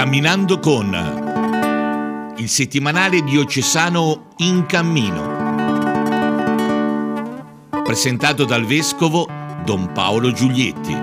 Camminando con il settimanale diocesano In Cammino, presentato dal vescovo Don Paolo Giulietti.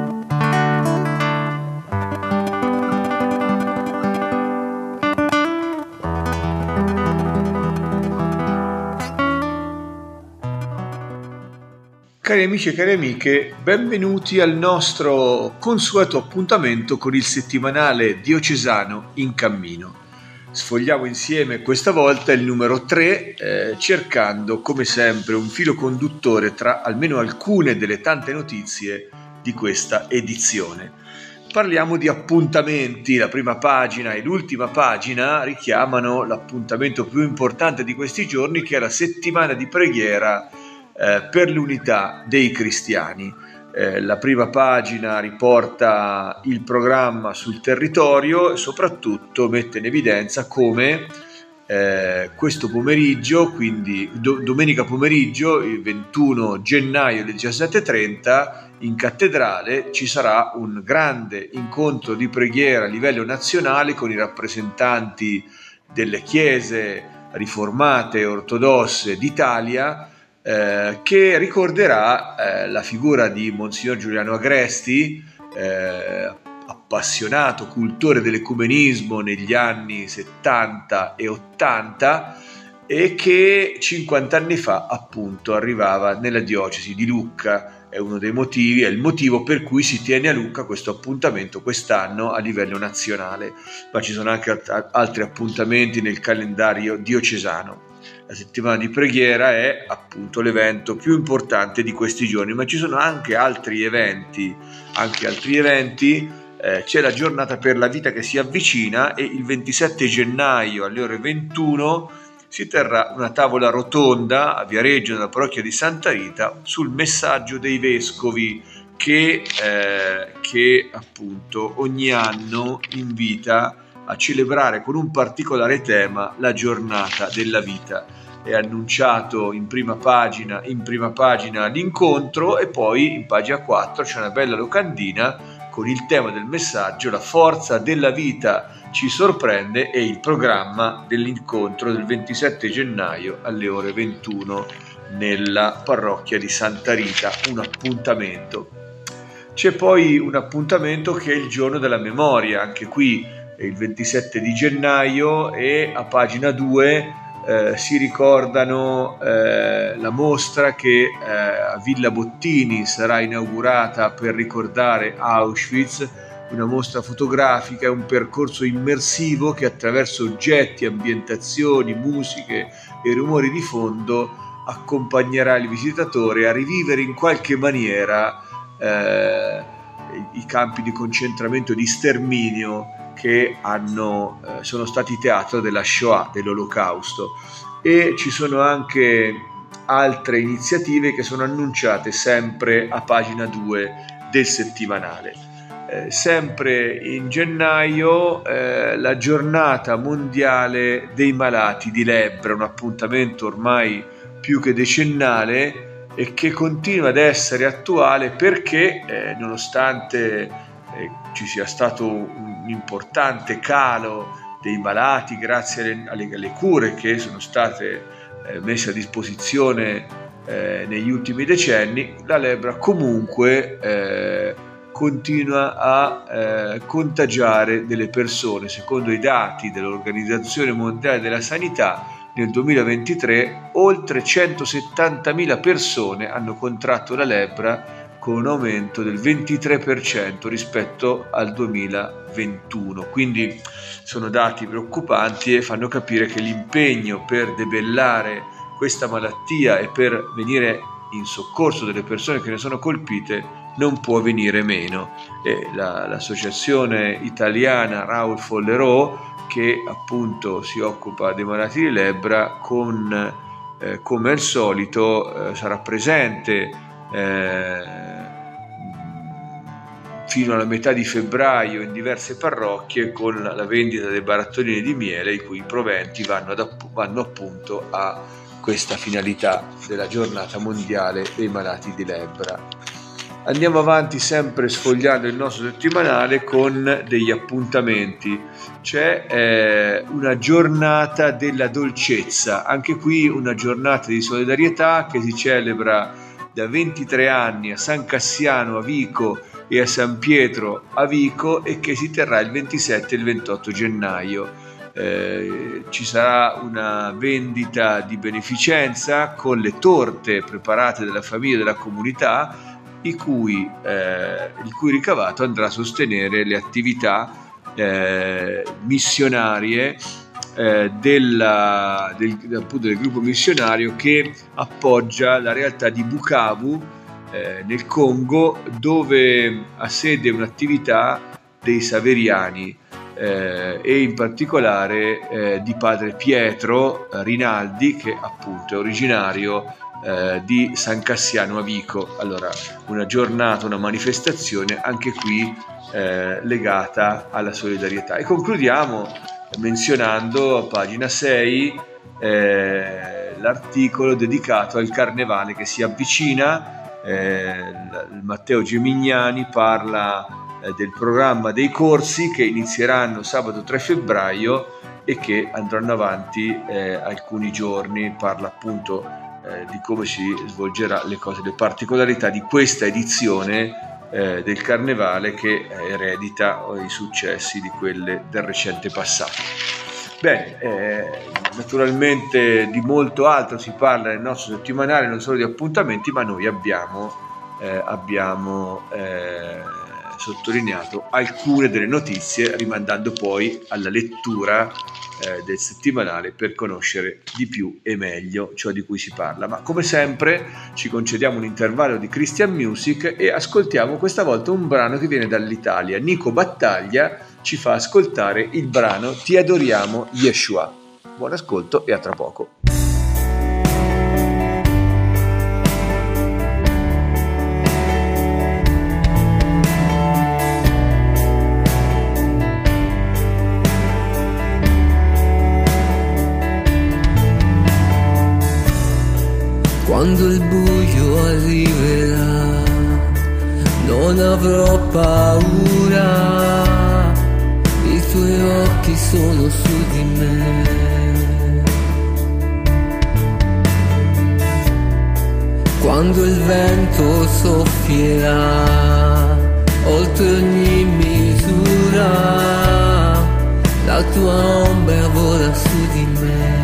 Cari amici e cari amiche, benvenuti al nostro consueto appuntamento con il settimanale diocesano In Cammino. Sfogliamo insieme questa volta il numero 3, cercando come sempre un filo conduttore tra almeno alcune delle tante notizie di questa edizione. Parliamo di appuntamenti. La prima pagina e l'ultima pagina richiamano l'appuntamento più importante di questi giorni, che è la settimana di preghiera per l'unità dei cristiani. La prima pagina riporta il programma sul territorio e soprattutto mette in evidenza come questo pomeriggio, quindi domenica pomeriggio, il 21 gennaio alle 17:30, in cattedrale ci sarà un grande incontro di preghiera a livello nazionale con i rappresentanti delle chiese riformate e ortodosse d'Italia, che ricorderà la figura di Monsignor Giuliano Agresti, appassionato cultore dell'ecumenismo negli anni 70 e 80, e che 50 anni fa appunto arrivava nella diocesi di Lucca. È uno dei motivi, è il motivo per cui si tiene a Lucca questo appuntamento quest'anno a livello nazionale, ma ci sono anche altri appuntamenti nel calendario diocesano. La settimana di preghiera è appunto l'evento più importante di questi giorni, ma ci sono anche altri eventi. C'è la giornata per la vita che si avvicina, e il 27 gennaio alle ore 21 si terrà una tavola rotonda a Viareggio, nella parrocchia di Santa Rita, sul messaggio dei vescovi che appunto ogni anno invita a celebrare con un particolare tema la giornata della vita. È annunciato in prima pagina l'incontro, e poi in pagina 4 c'è una bella locandina con il tema del messaggio: la forza della vita ci sorprende, e il programma dell'incontro del 27 gennaio alle ore 21 nella parrocchia di Santa Rita. Un appuntamento. C'è poi un appuntamento che è il giorno della memoria, anche qui è il 27 di gennaio, e a pagina 2 si ricordano la mostra che a Villa Bottini sarà inaugurata per ricordare Auschwitz, una mostra fotografica, un percorso immersivo che attraverso oggetti, ambientazioni, musiche e rumori di fondo accompagnerà il visitatore a rivivere in qualche maniera i campi di concentramento e di sterminio che sono stati teatro della Shoah, dell'Olocausto. E ci sono anche altre iniziative che sono annunciate sempre a pagina 2 del settimanale. Sempre in gennaio la giornata mondiale dei malati di lebbra, un appuntamento ormai più che decennale e che continua ad essere attuale perché nonostante ci sia stato un importante calo dei malati grazie alle cure che sono state messe a disposizione negli ultimi decenni, la lebbra comunque continua a contagiare delle persone. Secondo i dati dell'Organizzazione Mondiale della Sanità, nel 2023 oltre 170.000 persone hanno contratto la lebbra, con un aumento del 23% rispetto al 2021. Quindi sono dati preoccupanti e fanno capire che l'impegno per debellare questa malattia e per venire in soccorso delle persone che ne sono colpite non può venire meno. E l'associazione italiana Raoul Follerot, che appunto si occupa dei malati di lebbra, come al solito sarà presente fino alla metà di febbraio in diverse parrocchie con la vendita dei barattolini di miele, i cui proventi vanno appunto a questa finalità della giornata mondiale dei malati di lebbra. Andiamo avanti sempre sfogliando il nostro settimanale con degli appuntamenti. C'è una giornata della dolcezza, anche qui una giornata di solidarietà che si celebra da 23 anni a San Cassiano a Vico e a San Pietro a Vico e che si terrà il 27 e il 28 gennaio. Ci sarà una vendita di beneficenza con le torte preparate dalla famiglia e della comunità, il cui ricavato andrà a sostenere le attività missionarie del gruppo missionario che appoggia la realtà di Bukavu nel Congo, dove ha sede un'attività dei Saveriani e in particolare di padre Pietro Rinaldi, che appunto è originario di San Cassiano a Vico. Allora, una giornata, una manifestazione anche qui legata alla solidarietà. E concludiamo menzionando a pagina 6 l'articolo dedicato al carnevale che si avvicina. Matteo Gemignani parla del programma dei corsi che inizieranno sabato 3 febbraio e che andranno avanti alcuni giorni. Parla appunto di come si svolgerà le particolarità di questa edizione del carnevale che eredita i successi di quelle del recente passato. Bene, naturalmente di molto altro si parla nel nostro settimanale, non solo di appuntamenti, ma noi abbiamo sottolineato alcune delle notizie, rimandando poi alla lettura del settimanale per conoscere di più e meglio ciò di cui si parla. Ma come sempre ci concediamo un intervallo di Christian Music e ascoltiamo questa volta un brano che viene dall'Italia. Nico Battaglia ci fa ascoltare il brano Ti adoriamo Yeshua. Buon ascolto e a tra poco. Quando il buio arriverà, non avrò paura, i tuoi occhi sono su di me. Quando il vento soffierà, oltre ogni misura, la tua ombra vola su di me.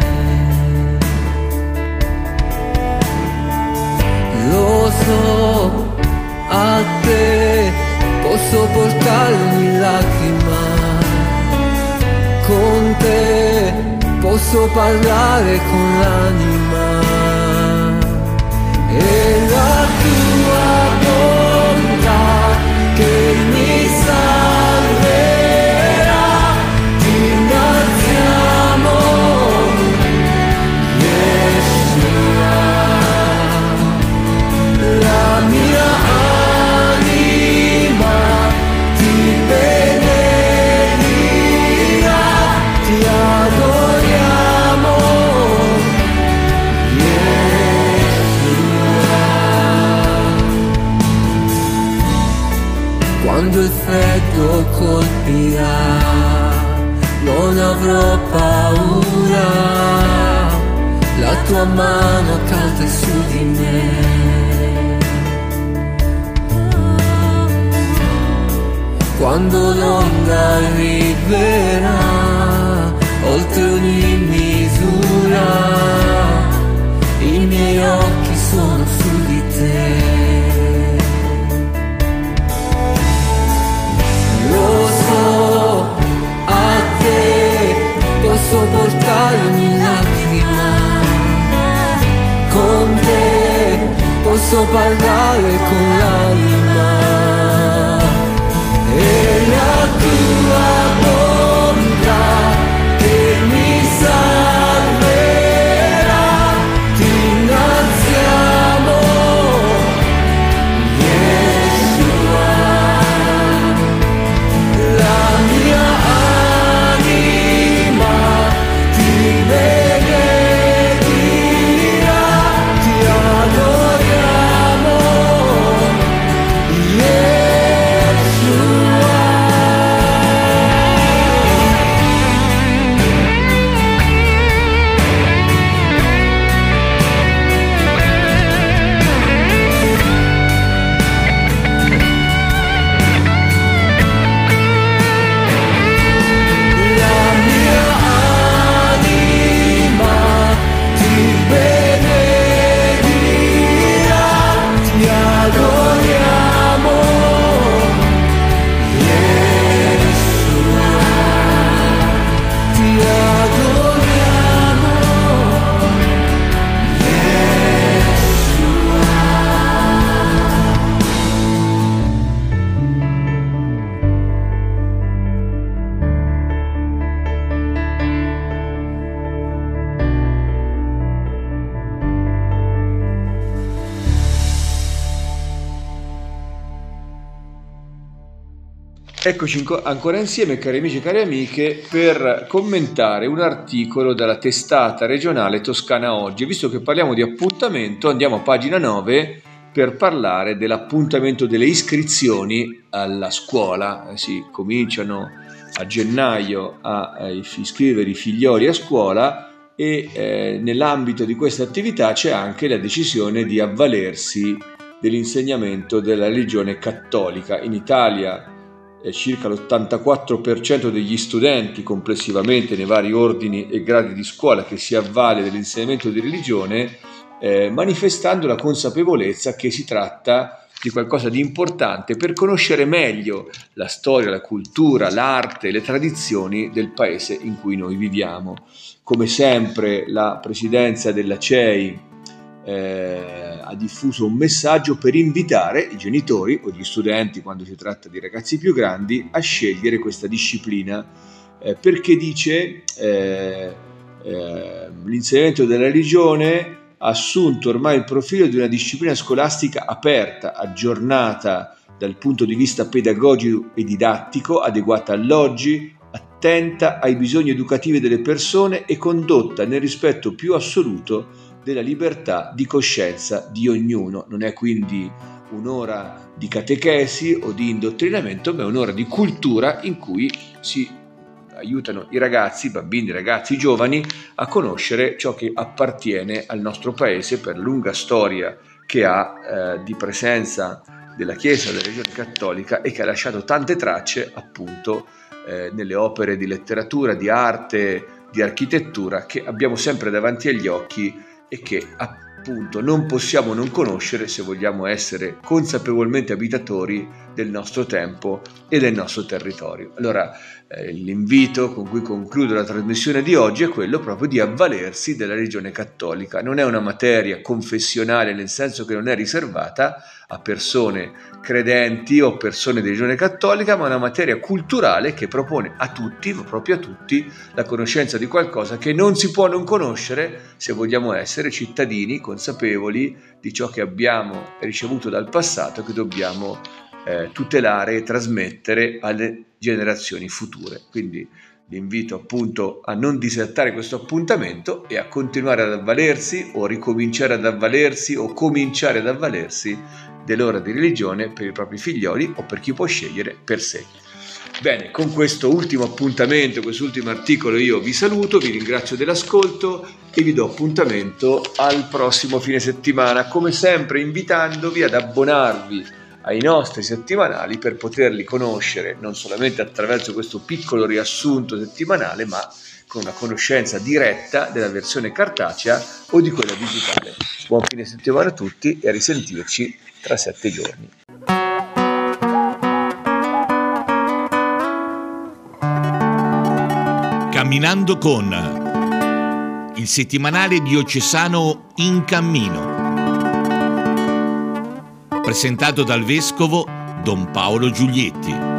Lo so, a te posso portare ogni lacrima, con te posso parlare con l'anima, e la tua bontà che mi salverà, ti ringraziamo, Yeshua. La mia anima ti benedirà, ti adoriamo, Yeshua. Quando il freddo colpirà, non avrò paura, la tua mano calda è su di me. Quando l'onda arriverà, oltre ogni misura, i miei occhi sono su di te. Lo so, a te posso portare ogni lacrima, con te posso parlare con l'anima, e la tua bontà che mi salverà, ti ringraziamo, Yeshua. La mia anima ti benedirà, ti adoriamo, Eccoci ancora insieme, cari amici e cari amiche, per commentare un articolo dalla testata regionale Toscana Oggi. Visto che parliamo di appuntamento, andiamo a pagina 9 per parlare dell'appuntamento delle iscrizioni alla scuola. Si cominciano a gennaio a iscrivere i figlioli a scuola e nell'ambito di questa attività c'è anche la decisione di avvalersi dell'insegnamento della religione cattolica. In Italia circa l'84% degli studenti complessivamente nei vari ordini e gradi di scuola che si avvale dell'insegnamento di religione, manifestando la consapevolezza che si tratta di qualcosa di importante per conoscere meglio la storia, la cultura, l'arte e le tradizioni del paese in cui noi viviamo. Come sempre la presidenza della CEI ha diffuso un messaggio per invitare i genitori o gli studenti, quando si tratta di ragazzi più grandi, a scegliere questa disciplina, perché dice l'insegnamento della religione ha assunto ormai il profilo di una disciplina scolastica aperta, aggiornata dal punto di vista pedagogico e didattico, adeguata all'oggi, attenta ai bisogni educativi delle persone e condotta nel rispetto più assoluto della libertà di coscienza di ognuno. Non è quindi un'ora di catechesi o di indottrinamento, ma è un'ora di cultura in cui si aiutano i ragazzi, i bambini, i ragazzi, i giovani a conoscere ciò che appartiene al nostro paese per la lunga storia che ha di presenza della Chiesa, della religione cattolica, e che ha lasciato tante tracce appunto nelle opere di letteratura, di arte, di architettura che abbiamo sempre davanti agli occhi e che appunto non possiamo non conoscere se vogliamo essere consapevolmente abitatori del nostro tempo e del nostro territorio. Allora l'invito con cui concludo la trasmissione di oggi è quello proprio di avvalersi della religione cattolica. Non è una materia confessionale, nel senso che non è riservata a persone credenti o persone di religione cattolica, ma è una materia culturale che propone a tutti, proprio a tutti, la conoscenza di qualcosa che non si può non conoscere se vogliamo essere cittadini consapevoli di ciò che abbiamo ricevuto dal passato, che dobbiamo tutelare e trasmettere alle generazioni future. Quindi l'invito appunto a non disertare questo appuntamento e a continuare ad avvalersi o ricominciare ad avvalersi o cominciare ad avvalersi dell'ora di religione per i propri figlioli o per chi può scegliere per sé. Bene, con questo ultimo appuntamento, quest'ultimo articolo io vi saluto, vi ringrazio dell'ascolto e vi do appuntamento al prossimo fine settimana, come sempre invitandovi ad abbonarvi ai nostri settimanali per poterli conoscere non solamente attraverso questo piccolo riassunto settimanale, ma con una conoscenza diretta della versione cartacea o di quella digitale. Buon fine settimana a tutti e a risentirci tra 7 giorni. Camminando con il settimanale diocesano In Cammino, presentato dal vescovo Don Paolo Giulietti.